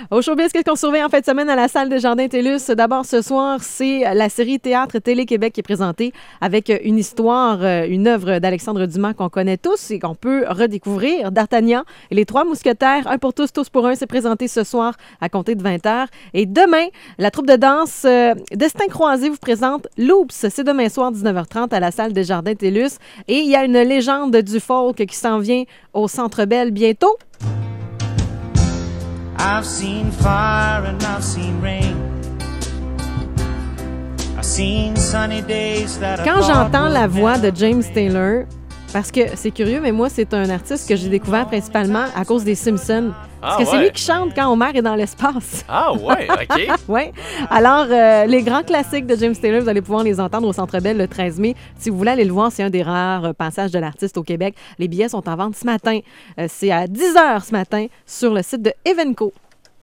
Au showbiz, qu'est-ce qu'on surveille en fin de semaine à la salle des Jardins TELUS? D'abord, ce soir, c'est la série Théâtre Télé-Québec qui est présentée avec une histoire, une œuvre d'Alexandre Dumas qu'on connaît tous et qu'on peut redécouvrir. D'Artagnan et les Trois Mousquetaires, un pour tous pour un, c'est présenté ce soir à compter de 20h. Et demain, la troupe de danse Destin Croisé vous présente Loops. C'est demain soir, 19h30, à la salle des Jardins TELUS. Et il y a une légende du folk qui s'en vient au Centre Bell bientôt. I've seen fire and I've seen rain. I've seen sunny days that I Quand thought j'entends la would voix de never James rain. Taylor, parce que c'est curieux, mais moi, c'est un artiste que j'ai découvert principalement à cause des Simpsons. Parce que c'est lui qui chante quand Homer est dans l'espace. Ah ouais, OK. Oui. Alors, les grands classiques de James Taylor, vous allez pouvoir les entendre au Centre Bell le 13 mai. Si vous voulez aller le voir, c'est un des rares passages de l'artiste au Québec. Les billets sont en vente ce matin. C'est à 10h ce matin sur le site de Evenco.